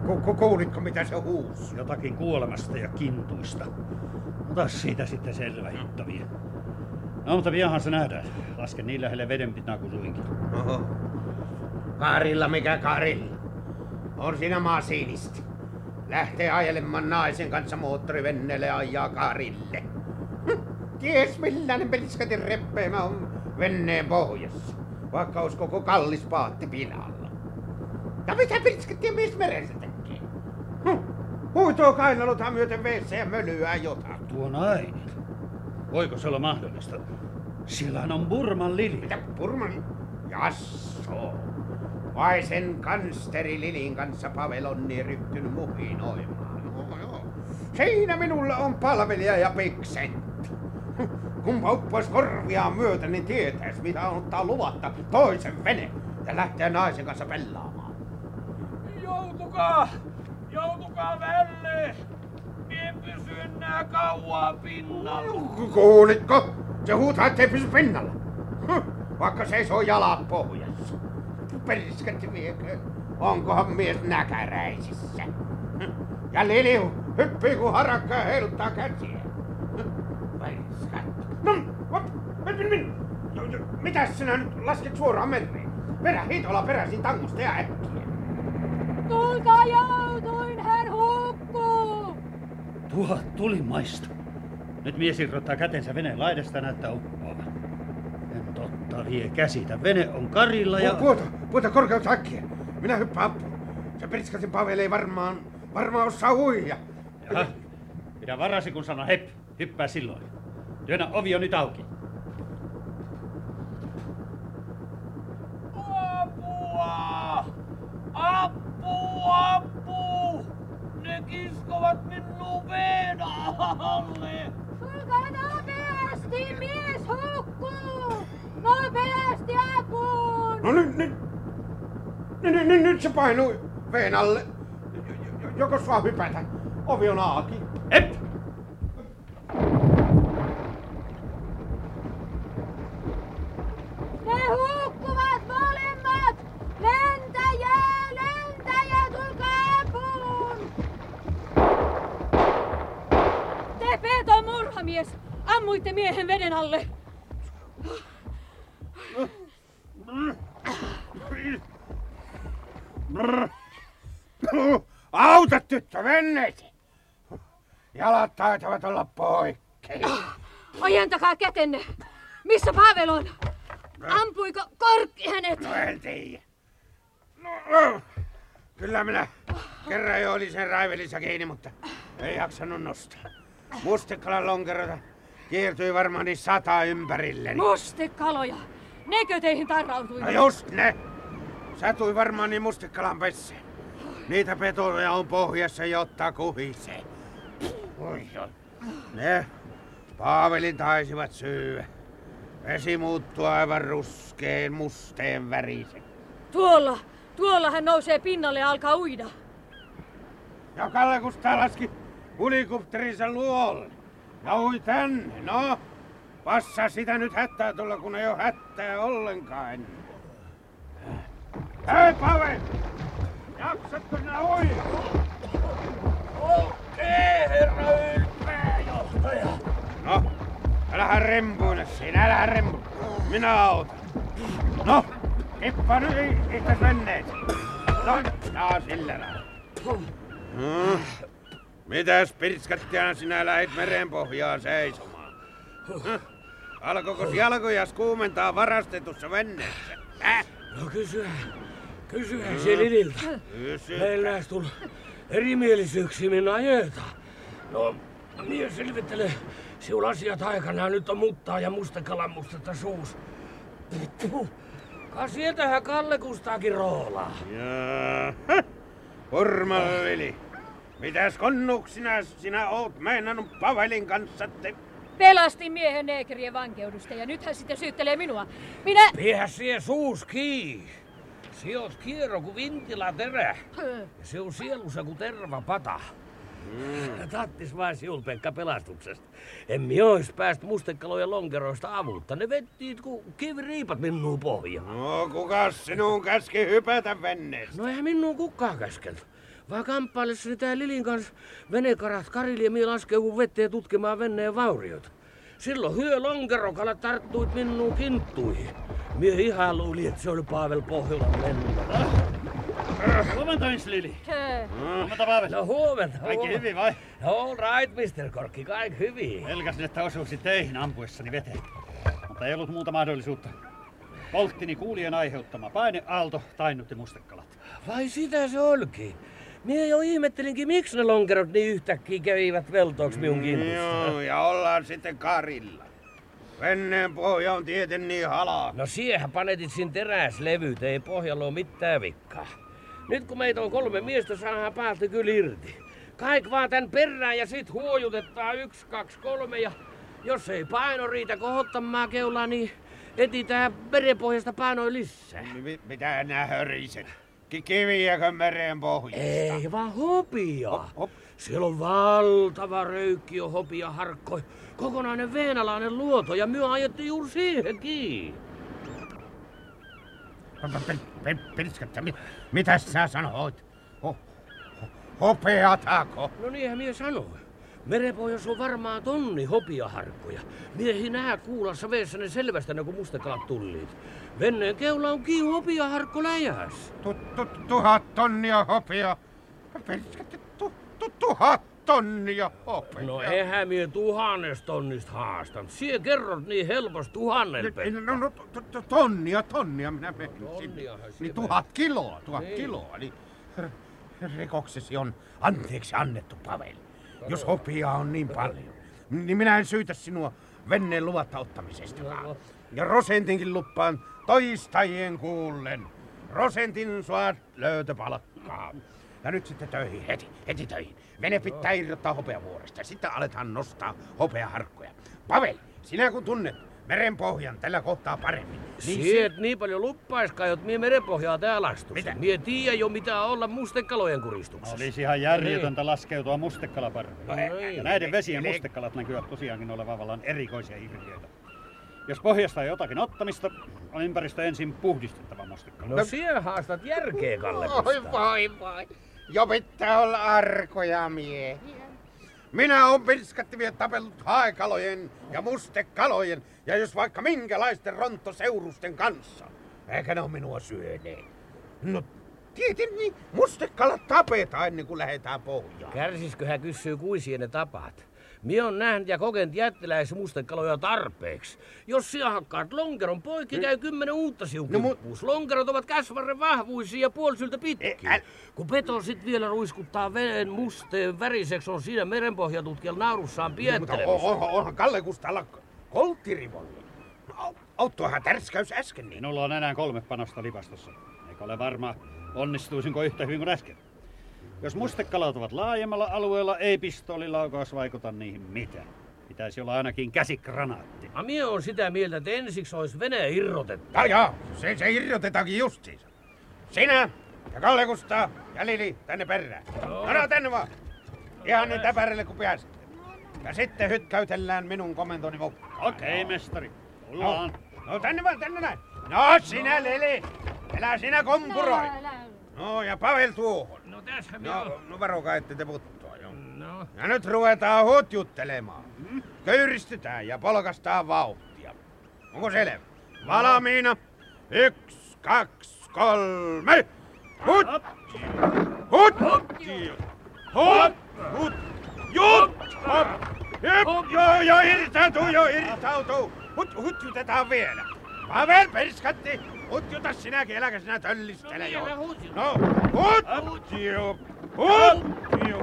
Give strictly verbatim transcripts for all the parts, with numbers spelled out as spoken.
Ku, kuulitko mitä se huusi? Jotakin kuolemasta ja kintuista. Ota siitä sitten selvä, Hittavia. No, mutta pianhan se nähdään. Laske niin lähelle vedenpintaa kuin suinkin. Oho. Karilla mikä Karilla? On siinä masiinisti. Lähtee ajelemaan naisen kanssa moottorivenneelle ajaa Karille. Hm, ties millainen peliskatin reppeemä on venneen pohjassa. Vaikka olisi koko kallis paatti pilalla. Ja mitä peliskattia mies meressä tekee? Hm, huitoo kainalotaan myöten veessä ja mölyää jotain. Tuo nainen. Voiko se olla mahdollista? Siellähän on Burman Lili. Mitä Burman? Jassoo. Vai sen kansteri Lilin kanssa Pavel on niin ryhtynyt muhinoimaan? No joo. Siinä minulla on palvelija ja piksentti. Kun pauppois korviaan myöten, niin tietäis mitä on ottaa luvatta toisen vene ja lähteä naisen kanssa pelaamaan. Joutukaa! Joutukaa välle! Mie pysy enää kauaa pinnalla. Kuulitko? Se huutaa, ettei pysy pinnalla. Vaikka seisoo jalat pohjassa. Perskatti miekö, onkohan mies näkäräisissä? Ja Lili hyppii kun harakka ja heiluttaa käsiä. Perskatti. No, min, min. Mitäs sinä nyt lasket suoraan mereen? Perä hitolla peräsin tangosta ja äkkiä. Tulkaa joutuin, hän hukkuu! Tuo tuli maista. Nyt mies irrottaa kätensä veneen laidasta ja näyttää uppoavan. En totta vie käsitä. Vene on Karilla ja... Puota, puota korkeutta äkkiä. Minä hyppään appuun. Se Perskatin Pavel ei varmaan, varmaan osaa uija. Jaha, pidä varasi kun sano hep. Hyppää silloin. Työnnä ovi on nyt auki. Apua! Apua! Apua! Ne kiskovat minun veden alle! Tulkaa nopeasti, mies hukkuu! Nopeasti apuun! No nyt, nyt, nyt, nyt, nyt, nyt se painui veen alle. Joko saa hypätä? Ovi on auki. Hep! Ne hukkuvat molemmat! Lentäjää, lentäjää, tulkaa apuun! Te peton murhamies! Ammuitte miehen veden alle! Auta tyttö, venneet! Jalat taitavat olla poikki. Ojentakaa kätenne! Missä Pavel on? Ampuiko Korkki hänet? No en tiedä. No, no. Kyllä minä kerran jo olin sen raivelissa kiinni, mutta ei jaksanut nostaa. Mustekkalan lonkeroita kiertyi varmaan niin sata ympärilleni. Mustekaloja! Nekö teihin tarrautui? No just ne! Satui varmaan niin Mustekkalan pesseen. Niitä petoja on pohjassa, jotta kuhisee. Oi, oi. Ne Paavelin taisivat syyä. Vesi muuttui aivan ruskeen musteen värisen. Tuolla! Tuolla hän nousee pinnalle ja alkaa uida. Ja Kalle Kustaa laski helikopterinsa luolle. Ja ui tänne, no. Passaa sitä nyt hättää tulla, kun ei oo hättää ollenkaan. Hei, Pavel! Jaksatko sinä ui? Okei, herra ylpääjohtaja. No, älähän rempuile siinä, älähän rempuile. Minä autan. No, kippa nyt itses menneet. No, no sillä lailla. No, mitäs pirskattiana sinä lähit merenpohjaan seisomaan? Huh? Alkoiko jalkojas kuumentaa varastetussa venneessä? Äh? No kysyä, kysyä no. se Lililtä. Meillä olisi tullut erimielisyyksiä minä ajetaan. No, minä selvittelen siul asiat aikanaan. Nyt on muttaa ja mustekalan mustetta suus. Ka sieltähän Kalle Kustaakin roolaa. Jaa, Burman Lili. Mitäs konnuksina sinä oot meinannut Pavelin kanssa te... Pelastin miehen neekerien vankeudusta ja nyt hän sitten syyttelee minua. Minä... Pidä siihen suus kiinni. Si oot kierro ku vintila terä. Ja se on sielussa ku terva pata. Mm. Tattis vaan siul Pekka pelastuksesta. En mi ois pääst mustekalojen lonkeroista avutta. Ne vettiit ku kiviriipat minun pohjaan. No kukas sinun käski hypätä venneestä? No eihän minun kukaan käskelty. Vai kamppailessani tää Lilin kanssa venekarat Karili ja mie laskeudu vetteen tutkimaan veneen vauriot. Silloin hyö lonkerokalla tarttuit minun kinttuihin. Mie ihan luuli, että se oli Pavel Pohjolan lennolla. Huomenta, Miss Lili. Hö. Huomenta, Pavel. No huomenta. Kaikki hyvin vai? All right, mister Korkki, kaikki hyvin. Pelkäsin, että osuisi teihin ampuessani veteen. Mutta ei ollut muuta mahdollisuutta. Polttini kuulien aiheuttama paineaalto tainnutti mustekalat. Vai sitä se olikin? Mie jo ihmettelinkin, miksi ne lonkerot niin yhtäkkiä kävivät veltooks minun kintussa. Joo, ja ollaan sitten Karilla. Venneen pohja on tieten niin halaa. No siehän panetit sin teräslevyt, ei pohjalla ole mitään vikkaa. Nyt kun meitä on kolme miestä, saadaan päältä kyllä irti. Kaik vaan tän perään ja sit huojutetaan yksi, kaksi, kolme ja jos ei paino riitä kohottamaan keulaa, niin etitään merenpohjasta painoin lisää. Mi- mitä nää höriset? Ki- kiviäkö meren pohjasta? Ei vaan hopia. Hop, hop. Siellä on valtava röykkiö hopia harkkoi. Kokonainen veenalainen luoto ja myö ajettiin juuri siihen kiinni. Pirskattä, mitäs sä sanoit? Ho, ho, hopeatako? No niinhän mie sanoin. Merenpohjassa on varmaan tonni hopiaharkkoja. Miehi nää kuulassa veessä ne selvästä, kun mustekalat tulliit. Venneen keula on kiinni hopiaharkko läjäs. Tu, tu, tuhat tonnia hopea. Pirskattä, tu, tu, tuhat tonnia hopea. No eihän mie tuhannesta tonnista haastan. Sie kerrot niin helposti tuhannen, Pekka. No, no to, to, tonnia, tonnia minä menin sinne. Tonniahan Niin sie tuhat kiloa, tuhat Niin. kiloa. Niin rikoksesi on anteeksi annettu, Pavel. Jos hopeaa on niin paljon, niin minä en syytä sinua venneen luvatta ottamisestakaan. Ja Rosentinkin luppaan toistajien kuullen. Rosentin sua löytöpalkkaa. Ja nyt sitten töihin, heti, heti töihin. Vene pitää irrottaa hopeavuoresta ja sitten aletaan nostaa hopeaharkkoja. Pavel, sinä kun tunnet merenpohjan tällä kohtaa paremmin. Niin Siet niin paljon luppaiskaan, jot mie merenpohjaa täällä astuisi. Mitä? Mie tiedä jo mitä olla mustekalojen kuristuksessa. Olisi ihan järjetöntä laskeutua mustekalaparveen. No niin. Ja näiden vesien Eli- mustekalat näkyvät tosiaankin olevan vallan erikoisia hirviöitä. Jos pohjasta on jotakin ottamista, on ympäristö ensin puhdistettava mustekala. No sie haastat järkeä, Kalle. Oi voi voi. Jo pitää olla arkoja miehiä. Minä oon pirskattivia tapellut haekalojen ja mustekalojen ja jos vaikka minkälaisten ronttoseurusten kanssa. Eikä ne oo minua syöneet. No tietenkin niin mustekalat tapetaan ennen kuin lähdetään pohjaan. Kärsiskö hän kysyy kuisia ne tapat? Mie on nähnyt ja kokenut jättiläis mustekaloja tarpeeksi. Jos sinä hakkaat lonkeron poikki, käy kymmenen uutta siun No, mu- kimppuus. Lonkerot ovat käsvarren vahvuisia ja puolisyltä pitkiä. Ei, äl- Kun peto sit vielä ruiskuttaa veden musteen väriseksi, on siinä merenpohjatutkijalla naurussaan Mutta pienttelemässä. on, on, onhan Kalle Kustalla kolttirivolli. No, auttoahan tärskäys äsken niin. Minulla on enää kolme panosta lipastossa. Eikä ole varma, onnistuisinko yhtä hyvin kuin äsken. Jos mustekalat ovat laajemmalla alueella, ei pistoolilaukaus vaikuta niihin mitään. Pitäisi olla ainakin käsikranaatti. A mie on sitä mieltä, että ensiksi olisi vene irrotettu. Ja, ja se, se irrotetaankin justiinsa. Sinä ja Kalle Kustaa ja Lili tänne perään. No, no tänne vaan. Ihan niin täpärille kuin pääsette. Ja sitten hytkäytellään minun komentoni mukaan. Okei, mestari. Tullaan. No, no tänne vaan, tänne näin. No sinä Lili. Elä sinä kompuroi. No ja Pavel tuohon. No tässä me No, no varokaa ette te puttoa jo. No. Ja nyt ruvetaan hutjuttelemaan. Köyristetään ja polkastaan vauhtia. Onko selvä? Valmiina. Yksi, kaksi, kolme. Hut! Hut! Hut! Hut! Jut! Hop! Hip! Joo, joo, irtautuu, joo, irtautuu. Hut, hutjutetaan vielä. Pavel perskatti. Hutjuta sinäkin, äläkä sinä töllistele No jo. niin, älä hutjuta. No, hutju! Hutju!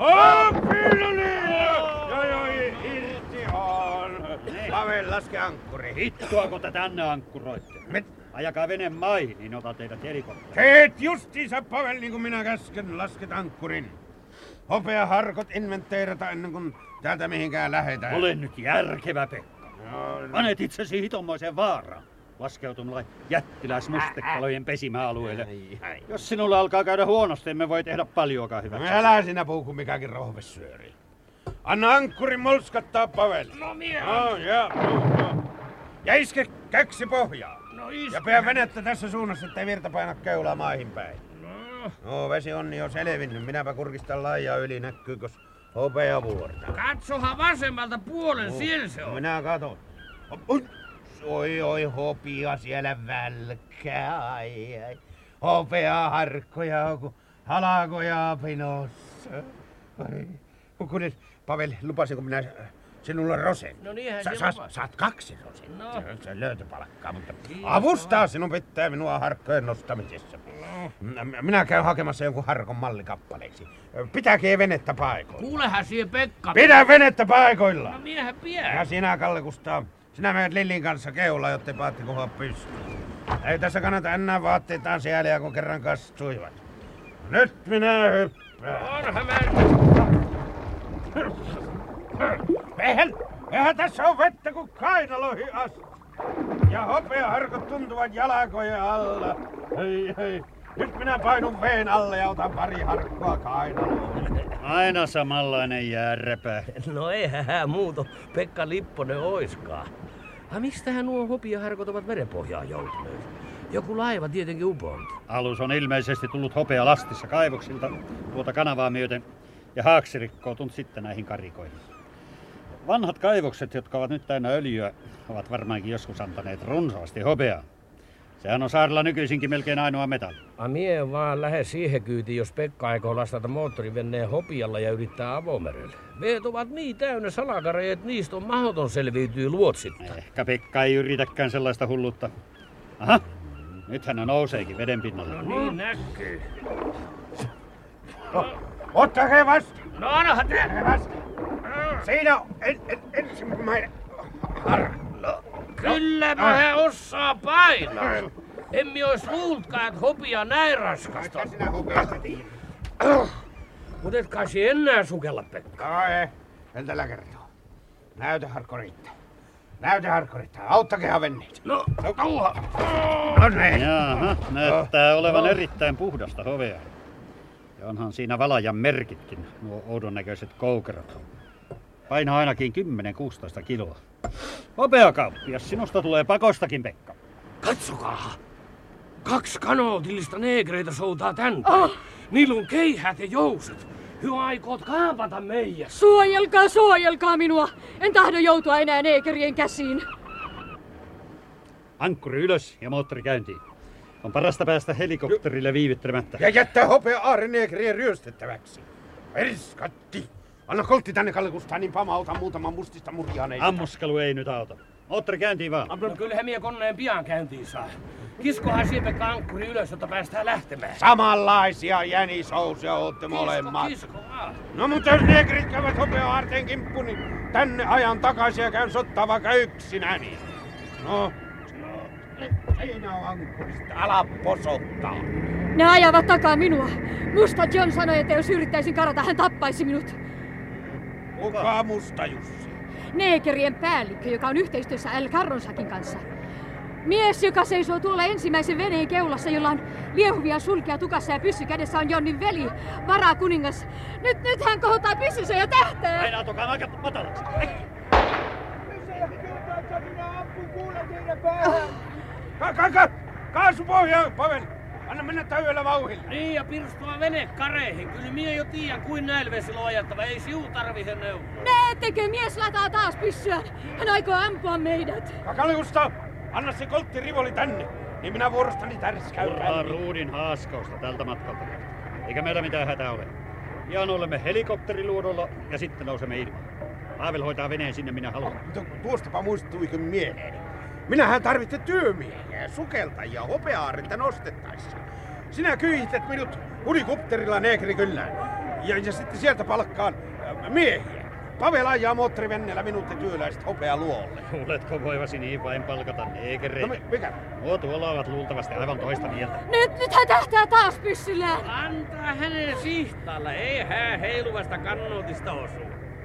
Hoppiluli! Joo, joo, irti on. Pavel, laske ankkuri. Hittoako te tänne ankkuroitte? Me Ajakaa vene maihin, niin otan teidät helikopteriin. teet justiinsa, Pavel, niin kuin minä käsken. Lasket ankkurin. Hopeaharkot inventeerata ennen kuin täältä mihinkään lähetään. Ole nyt järkevä, Pekka. Joo, no. Panet itsesi hitommoiseen vaaraan. Laskeutumalla jättiläismustekalojen pesimäalueelle. Ai, ai. Jos sinulla alkaa käydä huonosti, emme voi tehdä paljoakaan No hyväksi. älä sinä puu kuin mikäkin rohvesyöri. Anna ankkurin molskattaa, Pavel. No mie. No, ja, no. Ja iske köksi pohjaa. No Ja iskä. pidä venettä tässä suunnassa, ettei virta paina keulaa maihin päin. No No, No, vesi on jo selvinnyt. Minäpä kurkistan laajaa yli, näkyykö hopea vuorta. katsohan vasemmalta puolen, siellä se on. Minä katon. Oi, oi, oi, hopia siellä välkkää, ai, ai. Hopea harkkoja, kun halakoja pinossa. Ai. Kukunen, Pavel, lupasinko minä sinulle rosen? No niinhän Sä, se sä, lupasi. saat kaksi rosen. No. Se, se on löytöpalkkaa, mutta Kiitos. avustaa sinun pitää minua harkkojen nostamisessa. No. Minä käyn hakemassa jonkun harkon mallikappaleeksi. Pitäkää venettä paikoilla. Kuulehan siihen Pekka. Pidä venettä paikoilla! No miehän Ja pie. sinä, Kalle Kustaa, sinä menet Lillin kanssa keula, jottei paatti kohoa pystyyn. Ei tässä kannata enää vaatteitaan sääliä, kun kerran kastuivat. Nyt minä hyppään. Onhan mä... Eihän, eihän tässä on vettä kuin kainaloihin asti. Ja hopeaharkot tuntuvat jalkojen alla. Hei, hei. Nyt minä painun veen alle ja otan pari harkkoa kainaloon. Aina samanlainen järpä. No eihän hän muuto Pekka Lipponen oiskaan. Ha, mistähän nuo hopiaharkot ovat merenpohjaan joutuneet? Joku laiva tietenkin uponti. Alus on ilmeisesti tullut hopea lastissa kaivoksilta tuota kanavaa myöten ja haaksi rikkoutunut sitten näihin karikoihin. Vanhat kaivokset, jotka ovat nyt täynnä öljyä, ovat varmaankin joskus antaneet runsaasti hopeaa. Sehän on saarella nykyisinkin melkein ainoa metalli. A mie vaan lähde siihen kyytiin, jos Pekka aikoo lastata moottorivenneen hopialla ja yrittää avomerelle. Veet ovat niin täynnä salakareja, että niistä on mahdoton selviytyä luotsitta. Ehkä Pekka ei yritäkään sellaista hulluutta. Aha, nythän ne nouseekin veden pinnalle. No niin näkyy. Ottakaa vasta! No onhan tää. Ottakaa vasta! Siinä on en, en, ensimmäinen harkko. Kyllä mä osaa painaa. Emmi ois luultkaan, että hopia näin raskasta. Mitä sinä hopeasta tiedät? Mut et kai si enää sukella, Pekka. No ei, en tällä kertaa. Näyteharkko riittää. Näyteharkko riittää. Auttakaa venneitä. No, tuoha. No niin. Jaha, näyttää olevan erittäin puhdasta hoveaa. Ja onhan siinä valajan merkitkin, nuo oudon näköiset koukerot. Painaa ainakin kymmenen kuusitoista kiloa. Hopeakauppias, sinusta tulee pakostakin, Pekka. Katsokaa. Kaksi kanootillista neegreitä soutaa tänne. Oh. Niillä on keihät ja jouset. Hyö aikoot kaapata meijä. Suojelkaa, suojelkaa minua! En tahdo joutua enää neekerien käsiin. Ankkuri ylös ja moottori käyntiin. On parasta päästä helikopterille viivyttelemättä. Ja jättää hopea aareneekrien ryöstettäväksi. Perskatti! Anna koltti tänne, Kalle Kustaa, niin pamauta muutaman mustista murjaaneista. Ammuskelu ei nyt auta. Moottori käyntiin vaan. No kyllähän mie koneen pian käyntiin saa. Kiskohan siepekka ankkuri ylös, jotta päästään lähtemään. Samanlaisia jänisousia ootte molemmat. Kisko, kisko vaan. No mutta jos neekrit käyvät hopea aarteen kimppuun, niin tänne ajan takaisin ja käyn sottaa vaikka yksinäni. No, siinä on ankkurista. Ala posottaa. Ne ajavat takaa minua. Musta John sanoi, että jos yrittäisin karata, hän tappaisi minut. Kuka Musta Jussi? Neekerien päällikkö, joka on yhteistyössä Al Carronsakin kanssa. Mies, joka seisoo tuolla ensimmäisen veneen keulassa, jolla on liehuvia sulkia tukassa ja pyssy kädessä, on Jonnin veli, varakuningas. Nyt, nyt hän kohotaa pyssynsä ja tähtää. Aina tokaan aika matalaksi. Ka, ka, ka, kaasupohjaa, Pavel! Anna mennä täydellä vauhilla. Niin ja pirstua vene kareihin. Kyllä mie jo tiedän, kuin näillä vesillä on ajattava. Ei siu tarvitse neuvoa. Näettekö, mies lataa taas pyssyä. Hän aikoo ampua meidät. Kalle Kustaa, anna se koltti rivoli tänne, niin minä vuorostani tärskäyn. Turhaa ruudin haaskausta tältä matkalta. Eikä meillä mitään hätää ole. Pian olemme helikopteriluodolla ja sitten nousemme ilmaan. Pavel hoitaa veneen sinne minä haluan. Tu- Tuostapa muistuikin mieleeni. Minähän tarvitsen työmiehiä ja sukeltajia hopeaarinta nostettaessa. Sinä kyihität minut helikopterilla neekrikylään. Ja, ja sitten sieltä palkkaan äh, miehiä. Pavel ajaa moottorivenneellä minut ja työläiset hopea luolle. Luuletko voivasi niin vain palkata neekereitä? No mi- mikä? Nuo tuolla ovat luultavasti aivan toista mieltä. Nyt, nyt hän tähtää taas pyssyllään. Antaa hänen sihtaalla. Ei hän heiluvasta kannootista osu.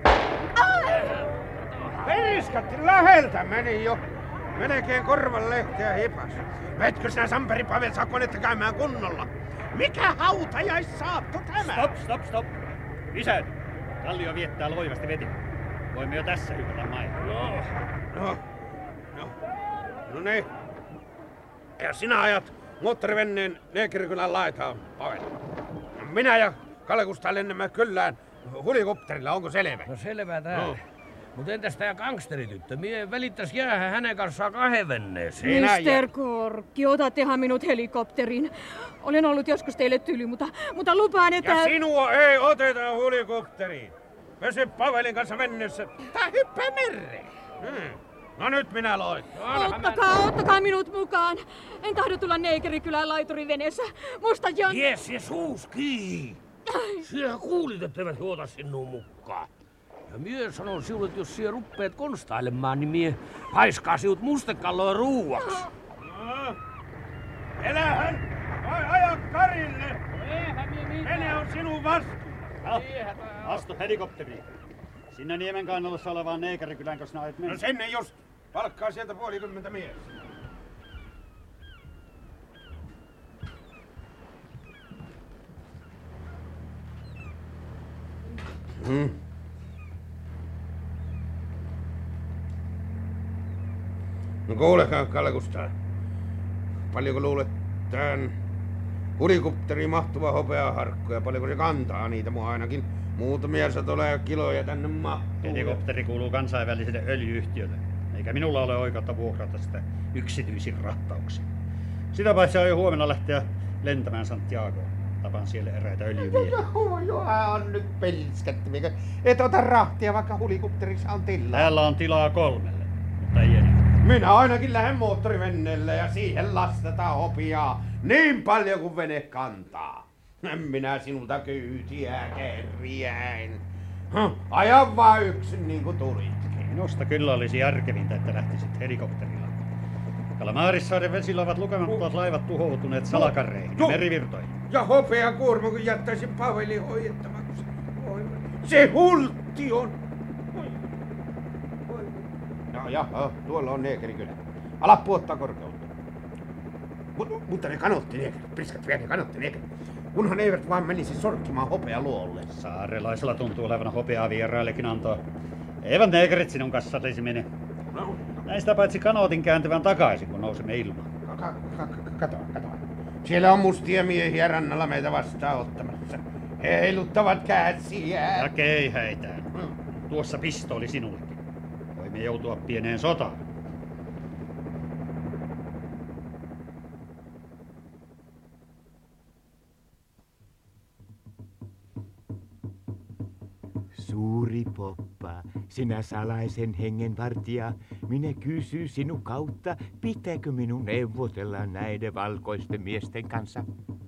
Periskatti läheltä meni jo. Melkein korvan lehteä hipas. Vetkö sinä Samperi Pavel saa konetta käymään kunnolla? Mikä hautajaissaatto tämä? Stop, stop, stop. Pysäyty. Kallio viettää loivasti veti. Voimme jo tässä hypätä maailmaan. No. No, no, no niin. Ja sinä ajat moottorivenneen Neekerikylän laitaan, Pavel. Minä ja Kalle Kustaa lennämme kyllään helikopterilla, onko selvä? No selvä tää. No. Mut entäs tää gangsterityttö? Mie välittäis jäädä hänen kanssaan kahden venneeseen. Sinä mister Korkki, otattehan minut helikopteriin. Olen ollut joskus teille tyly, mutta, mutta lupaan, että... Ja sinua ei oteta helikopteriin. Pysy Pavelin kanssa venneessä tai hyppää mereen. Hmm. No nyt minä loin. Ottakaa, ottakaa minut mukaan. En tahdo tulla Neekerikylän laituriveneessä. Musta John... Jes, ja suus kiinni. Siellä kuulit, etteivät he ota sinua mukaan. Ja mie sanon sinulle, että jos siellä ruppeet konstailemaan, niin mie paiskaa sinut mustekalloa ruuaksi. No. Elähän! Vai aja Karille! Vene on sinun vastuun. No, astu helikopteriin. Sinne Niemen kannalassa olevaan Neekerikylän, koska ajat mennä. No sinne just. Palkkaa sieltä puolikymmentä miestä. Hmm. No kuulekaan, Kalle Kustaa. Paljonko luulet tämän helikopteriin mahtuva hopeaharkku ja paljonko se kantaa niitä? Mua ainakin muutamia satoja kiloja tänne mahtuu. Helikopteri kuuluu kansainväliselle öljyyhtiölle, eikä minulla ole oikeutta vuokrata sitä yksityisin rahtauksiin. Sitä paitsi aion huomenna lähteä lentämään Santiagoon. Tapaan siellä eräitä öljymiehiä. Joo, joo, on nyt pelskattomia. Et ota rahtia, vaikka helikopterissa on tilaa. Täällä on tilaa kolmelle, mutta ei enää. Minä ainakin lähden moottorivenneelle ja siihen lastataan hopiaa niin paljon kuin vene kantaa. En minä sinulta kyytiä kerjäin. Huh, aja vaan yksin niin kuin tulitkin. Minusta kyllä olisi järkevintä, että lähtisit helikopterilla. Kalamarissaaren vesillä ovat lukemattomat laivat tuhoutuneet salakarreihin ja merivirtoihin. Ja hopea kuorma, kun jättäisin Pavelin hoidettavaksi. Se hultti on. Oi. Oi. No jaha, tuolla on Neekerikylä. Ala puottaa korkeutta. Mut, mutta ne kanotti Neekerit, priskat vielä ne kanotti Neekerit. Kunhan eivät vaan menisi sorkkimaan hopea luolle. Saarelaisilla tuntuu olevan hopeaa vieraillekin antaa. Eivät Neekerit sinun kanssasi mene. No. Näistä paitsi kanootin kääntyvän takaisin, kun nousemme ilmaan. Kato, kato. Siellä on mustia miehiä rannalla meitä vastaanottamassa. He heiluttavat käsiä. Ja keihäitään. Tuossa pistooli sinullekin. Voimme joutua pieneen sotaan. Suuri poppa, sinä salaisen hengen vartija, minä kysyn sinun kautta, pitääkö minun neuvotella näiden valkoisten miesten kanssa?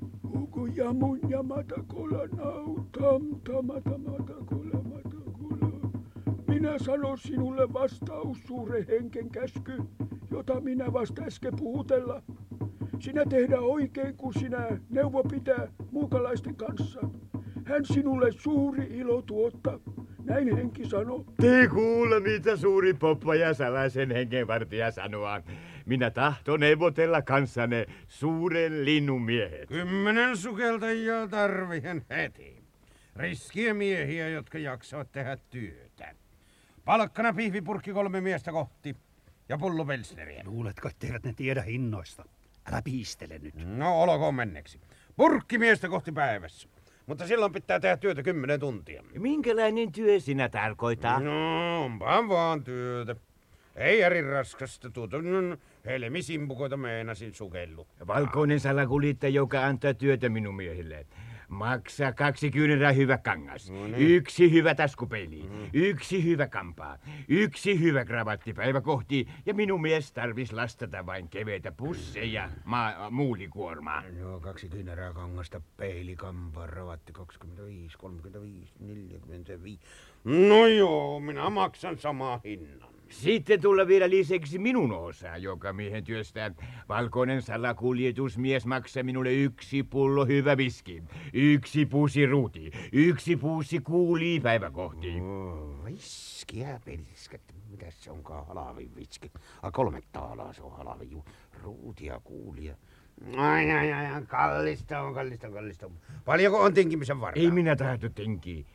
Uku jamun jamata kola nau, tam tamata mata kola mata kola. Minä sanon sinulle vastaus suuren henken käsky, jota minä vasta äsken puhutella. Sinä tehdä oikein, kun sinä neuvo pitää muukalaisten kanssa. Hän sinulle suuri ilo tuottaa. Näin henki sanoo. Te kuule, mitä suuri poppa ja salaisen hengen vartija sanoa. Minä tahton neuvotella kanssanne suuren linnun miehet. Kymmenen sukeltajaa tarvihen heti. Riskiä miehiä, jotka jaksavat tehdä työtä. Palkkana pihvipurkki kolme miestä kohti ja pullo Pelsneriä. Luuletko, etteivät ne tiedä hinnoista? Älä piistele nyt. No, olkoon menneeksi. Purkki miestä kohti päivässä. Mutta silloin pitää tehdä työtä kymmenen tuntia. Minkälainen työ sinä tarkoittaa? No, onpahan vaan työtä. Ei eri raskasta tuota. No, helmisimpukoita meinasin sukelluttaa. Valkoinen salakuljettaja, joka antaa työtä minun miehille. Maksaa kaksi kyynärää hyvä kangas, no niin. Yksi hyvä taskupeili, mm. Yksi hyvä kampaa, yksi hyvä kravatti päivä kohti ja minun mies tarvis lastata vain keveitä pusseja ma- muulikuormaa. Joo, kaksi kyynärää kangasta, peili, kampaa, ravatti, kaksikymmentäviisi, kolmekymmentäviisi, neljäkymmentäviisi. No joo, minä maksan samaa hinnan. Sitten tulla vielä lisäksi minun osa, joka miehen työstää. Valkoinen salakuljetusmies maksaa minulle yksi pullo hyvä viski, yksi puusi ruuti, yksi puusi kuuli päivä kohti. Oh, viskiä pelskat. Mitäs se onkaan halavin viski? Ah, kolme taalaa se on halavin. Ju. Ruutia kuulia. Ai, ai, ai, kallista on, kallista on, kallista on. Paljonko on tinkimisen varaa? Ei minä tahto tinkiä.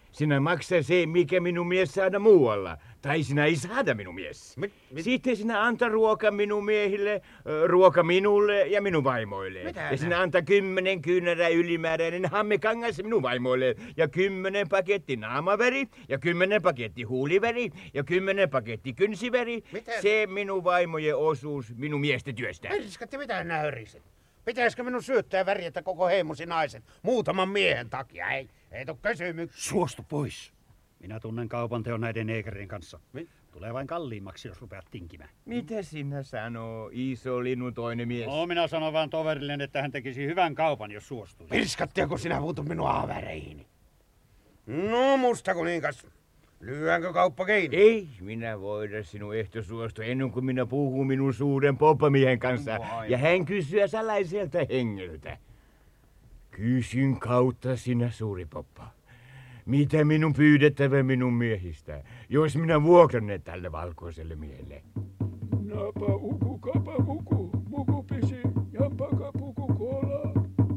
Sinä maksaa se, mikä minun mies saada muualla. Tai sinä ei saada minun mies. Mit, mit? Sitten sinä antaa ruoka minun miehille, ruoka minulle ja minun vaimoille. Mitä ja nä? sinä antaa kymmenen kyynärä ylimääräinen hammekangas minun vaimoille. Ja kymmenen paketti naamaväri. Ja kymmenen paketti huuliväri. Ja kymmenen paketti kynsiväri. Mitä? Se minun vaimojen osuus minun miesten työstä. Perskatti, mitä nää höriset? Pitäisikö minun syöttää värjätä koko heimosi naisen muutaman miehen takia? Ei, ei tuu kysymyksiä. Suostu pois. Minä tunnen kaupan teon näiden neekerien kanssa. Mi? Tulee vain kalliimmaksi, jos rupeat tinkimään. Mitä sinä sanoo, iso linnun toinen mies? No, minä sanon vaan toverilleni, että hän tekisi hyvän kaupan, jos suostuu. Pirskatti, kun sinä puutut minun aaväreihin. No, musta kuningas. Lyönkö kauppa kiinni? Ei minä voida sinun ehtosuostua ennen kuin minä puhun minun suuren poppamiehen kanssa. Vai. Ja hän kysyy salaiselta hengeltä. Kysyn kautta sinä suuri poppa. Mitä minun pyydettävä minun miehistä, jos minä vuokran ne tälle valkoiselle miehelle? Napa uku kapa uku, muku pisi, jampaka puku kola.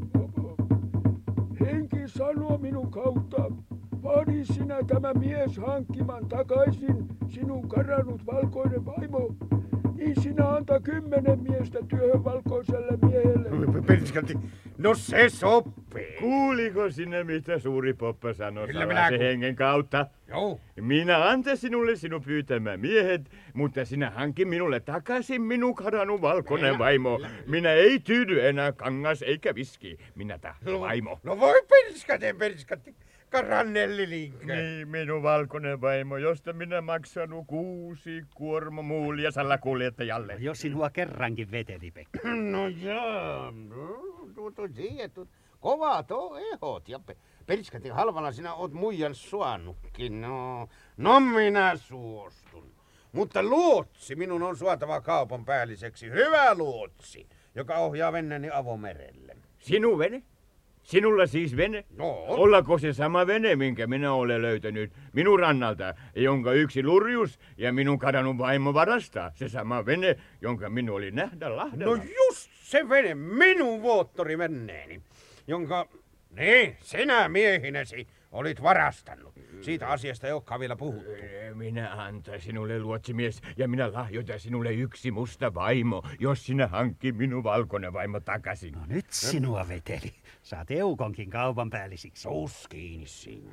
Henki sanoo minun kautta, vaadi sinä tämä mies hankkimaan takaisin sinun karannut valkoinen vaimo, niin sinä anta kymmenen miestä työhön valkoiselle miehelle. Pirskatti, no se sopii. Kuuliko sinä, mitä suuri poppa sanoi Kyllä salaisen minä- hengen kautta? Joo. Minä antan sinulle sinun pyytämä miehet, mutta sinä hanki minulle takaisin minun kadannut valkoinen Minä- vaimo. Minä ei tyydy enää kangas eikä viski. Minä tahto vaimo. No voi pirskatti, pirskatti. Karannellilinkkä. Niin, minun valkoinen vaimo, josta minä maksanut kuusi kuorma muulia salakuljettajalle. Jos sinua kerrankin veteli, Pekka. No jaa, no, tuo tuo tiedät, kova tuo ehot. Ja pe- pirskatti, halvalla sinä oot muijan suannutkin. No, no minä suostun. Mutta luotsi minun on suotava kaupan päälliseksi. Hyvä luotsi, joka ohjaa venneeni avomerelle. Sinun vene? Sinulla siis vene? No. Ollako se sama vene, minkä minä olen löytänyt minun rannalta, jonka yksi lurjus ja minun kadannut vaimo varastaa? Se sama vene, jonka minun oli nähdä Lahdella. No just se vene, minun vuottorivenneeni, jonka, niin, sinä miehinesi olit varastanut. Siitä asiasta ei olekaan vielä puhuttu. Minä antaa sinulle luotsimies ja minä lahjoitan sinulle yksi musta vaimo, jos sinä hankki minun valkoinen vaimo takaisin. No nyt sinua veteli. Saat eukonkin kaupan päällisiksi. Suus kiinni siinä.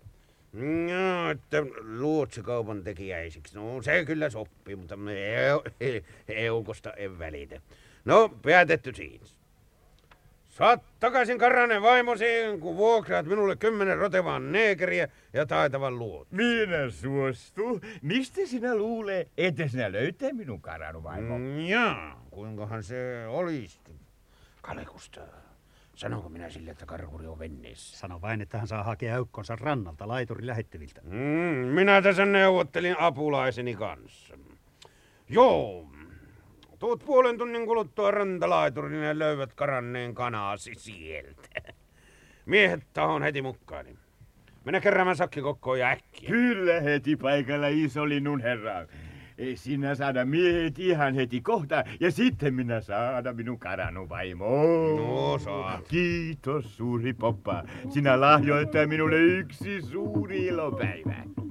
No, että luotsikaupan tekijäisiksi. No se kyllä sopii, mutta eu, eukosta en välitä. No, päätetty siinä. Saat takaisin Karranen vaimosi, kun vuokraat minulle kymmenen rotevaan neekeriä ja taitavan luot. Minä suostu. Mistä sinä luulee, että sinä löytää minun karanu vaimo? Mm, jaa, kuinkahan se olisi? Kalekusta. Sanonko minä sille, että karkuri on venneessä? Sano vain, että hän saa hakea eukkonsa rannalta laiturin lähettäviltä. Mm, minä tässä neuvottelin apulaiseni kanssa. Joo, tuut puolen tunnin kuluttua rantalaiturin ja löydät karanneen kanaasi sieltä. Miehet tahon heti mukaan. Mennä keräämään sakkikokkoon ja äkkiä. Kyllä heti paikalla iso linnun herra. Ei sinä saada miehet ihan heti kohta ja sitten minä saada minun karanu vaimo. No saa. Kiitos suuri poppa. Sinä lahjoittaa minulle yksi suuri ilopäivä.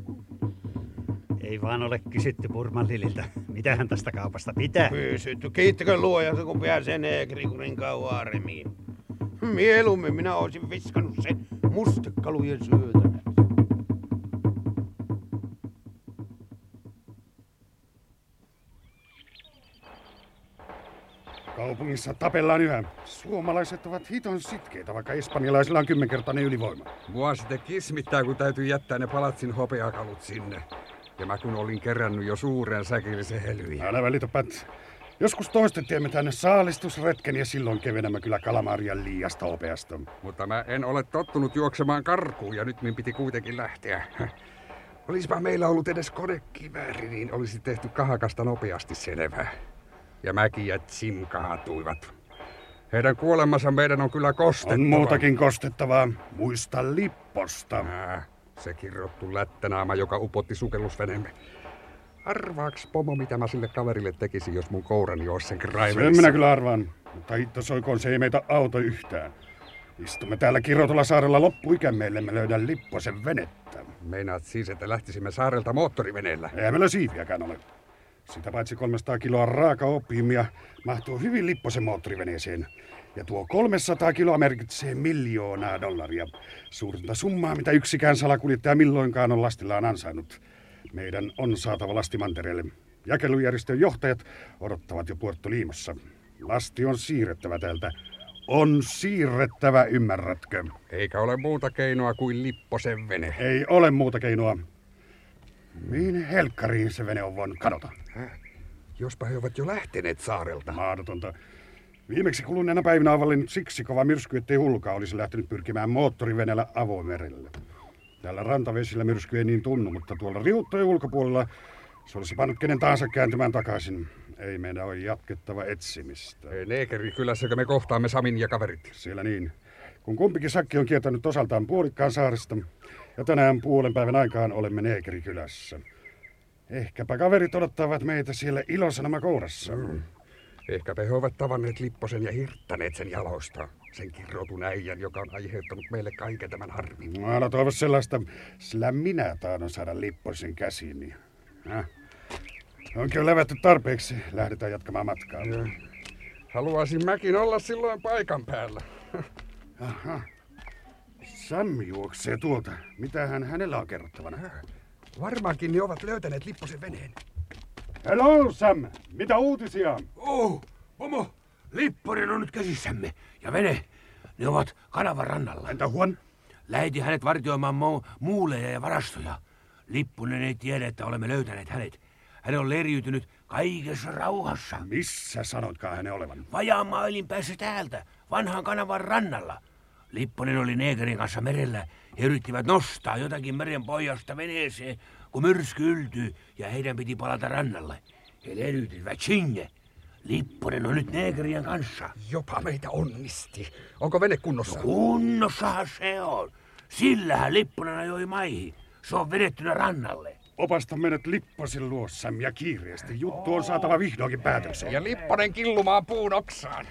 Ei vaan ole kysytty Purmanlililtä, mitä hän tästä kaupasta pitää. Pysytty. Kiittäkö luojansa, kun pääsee neekrikurin kauaremiin. Mieluummin minä olisin viskannut sen mustekalujen syötäväksi. Kaupungissa tapellaan yhä. Suomalaiset ovat hiton sitkeitä, vaikka espanjalaisilla on kymmenkertainen ylivoima. Mua sitten kismittää, kun täytyy jättää ne palatsin hopeakalut sinne. Ja mä kun olin kerännyt jo suuren säkillisen helviä. Älä välitä, Pat. Joskus toisten teemme tänne saalistusretken ja silloin kevenämme kyllä kalamarian liiasta hopeasta. Mutta mä en ole tottunut juoksemaan karkuun ja nyt min piti kuitenkin lähteä. Olispa meillä ollut edes konekivääri, niin olisi tehty kahakasta nopeasti selvää. Ja Mäki ja Jim kaatuivat. Heidän kuolemansa meidän on kyllä kostettava. On muutakin kostettavaa. Muista Lipposta. Äh, se kirrottu lättänaama, joka upotti sukellusveneemme. Arvaaks, pomo, mitä mä sille kaverille tekisin, jos mun kourani olisi sen Sen raivelissa? minä kyllä arvaan. Mutta hitto soikoon, se ei meitä auta yhtään. Istumme täällä Kirotola saarella loppuikämme, ellemme löydä Lipposen venettä. Meinaat siis, että lähtisimme saarelta moottoriveneellä? Ei meillä siiviäkään ole. Sitä paitsi kolmesataa kiloa raaka-opiumia mahtuu hyvin Lipposen moottoriveneeseen. Ja tuo kolmesataa kiloa merkitsee miljoonaa dollaria. Suurinta summaa, mitä yksikään salakuljettaja milloinkaan on lastillaan ansainnut. Meidän on saatava lasti mantereelle. Jakelujärjestön johtajat odottavat jo Puerto Limossa. Lasti on siirrettävä täältä. On siirrettävä, ymmärrätkö? Eikä ole muuta keinoa kuin Lipposen vene. Ei ole muuta keinoa. Mihin helkkariin se vene on voinut kadota? Häh? Jospa he ovat jo lähteneet saarelta. Mahdotonta. Viimeksi kuluneena päivinä on valinnut siksi kova myrsky, ettei hulka olisi lähtenyt pyrkimään moottorivenellä avomerelle. Täällä rantavesillä myrsky ei niin tunnu, mutta tuolla riuttojen ulkopuolella se olisi pannut kenen tahansa kääntymään takaisin. Ei meidän ole jatkettava etsimistä. Neekeri kylässäkö me kohtaamme Samin ja kaverit? Siellä niin. Kun kumpikin sakki on kiertänyt osaltaan puolikkaan saaresta, ja tänään puolen päivän aikaan olemme Neekeri kylässä. Ehkäpä kaverit odottavat meitä siellä ilosanoma kourassa. Mm. Ehkäpä he ovat tavanneet Lipposen ja hirttäneet sen jaloista. Sen kirrotun äijän, joka on aiheuttanut meille kaiken tämän harmin. No, älä toivo sellaista, sillä minä tahdon saada Lipposen käsiini. Häh? Onkin jo levätty tarpeeksi. Lähdetään jatkamaan matkaa. Ja. Haluaisin mäkin olla silloin paikan päällä. Aha. Sam juoksee tuolta. Mitähän hänellä on kerrottavana? Varmaankin ne ovat löytäneet Lipposen veneen. Hello, Sam. Mitä uutisia? Oh, pomo. Lipponen on nyt käsissämme. Ja vene. Ne ovat kanavan rannalla. Entä Juan? Lähetin hänet vartioimaan mu- muuleja ja varastoja. Lipponen ei tiedä, että olemme löytäneet hänet. Hän on leiriytynyt kaikessa rauhassa. Missä sanotkaan hänen olevan? Vajaan mailin päässä täältä, vanhan kanavan rannalla. Lipponen oli Neekerin kanssa merellä. He yrittivät nostaa jotakin meren pohjasta veneeseen, kun myrsky yltyi ja heidän piti palata rannalle. He leiriytyivät sinne. Lipponen on nyt Neekerien kanssa. Jopa meitä onnisti. Onko vene kunnossa? No kunnossahan se on. Sillähän Lipponen ajoi maihin. Se on vedettynä rannalle. Opasta meidät Lipposen luo, Sam, ja kiireesti. Juttu on saatava vihdoinkin päätökseen. Ja Lipponen killumaan puun oksaan.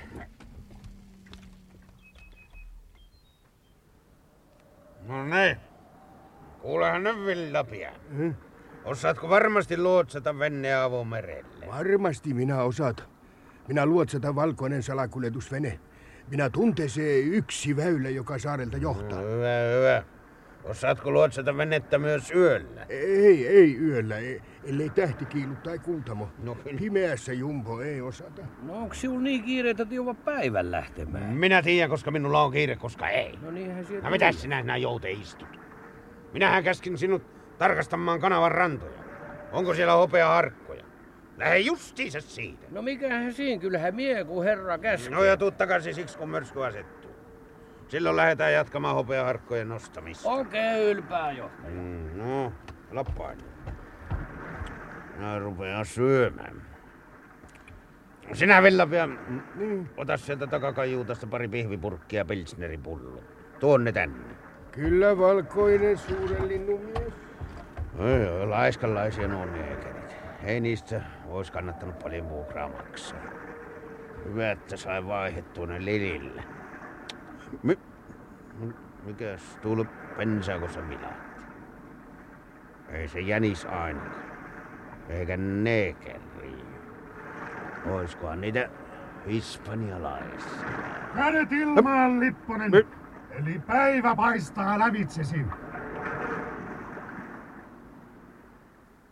No niin. Kuulehan nyt Villapia. Hmm? Osaatko varmasti luotsata venneä avomerelle? Varmasti minä osaat. Minä luotsata valkoinen salakuljetusvene. Minä tuntee se yksi väylä, joka saarelta johtaa. No, hyvä, hyvä. Osaatko luotsata venettä myös yöllä? Ei, ei yöllä, ei, ellei tähti kiilu tai kultamo. No, pimeässä jumbo ei osata. No onko sinulla niin kiire, että joudat päivän lähtemään? Minä tiedän, koska minulla on kiire, koska ei. No niinhän sieltä... No mitäs sinä sinä joute istut? Minähän käskin sinut tarkastamaan kanavan rantoja. Onko siellä hopeaharkkoja? Lähde justiinsa siitä. No mikähän siinä, kyllähän mie, kun herra käskee. No ja tuu takaisin siksi, kun myrsky asettuu. Silloin lähdetään jatkamaan hopeaharkkojen nostamista. Okei, ylpää johtaja. Mm, no, lappain. Minä rupean syömään. Sinä, Villapia, mm. ota sieltä takakajuutasta pari pihvipurkkia ja pilsneripullo. Tuonne tänne. Kyllä, valkoinen suuren linnun mies. Ei, ei, laiskanlaisia nuo neekerit. Ei niistä olisi kannattanut paljon vuokraa maksaa. Hyvä, että sai vaihdettua ne Lilille. Mi- Mikäs tuulu pensaako se vilahti? Ei se jänis ainakaan. Eikä neekeri. Oiskohan niitä hispanialaisia? Kädet ilmaan, Lipponen! Mi- Eli päivä paistaa lävitsesi.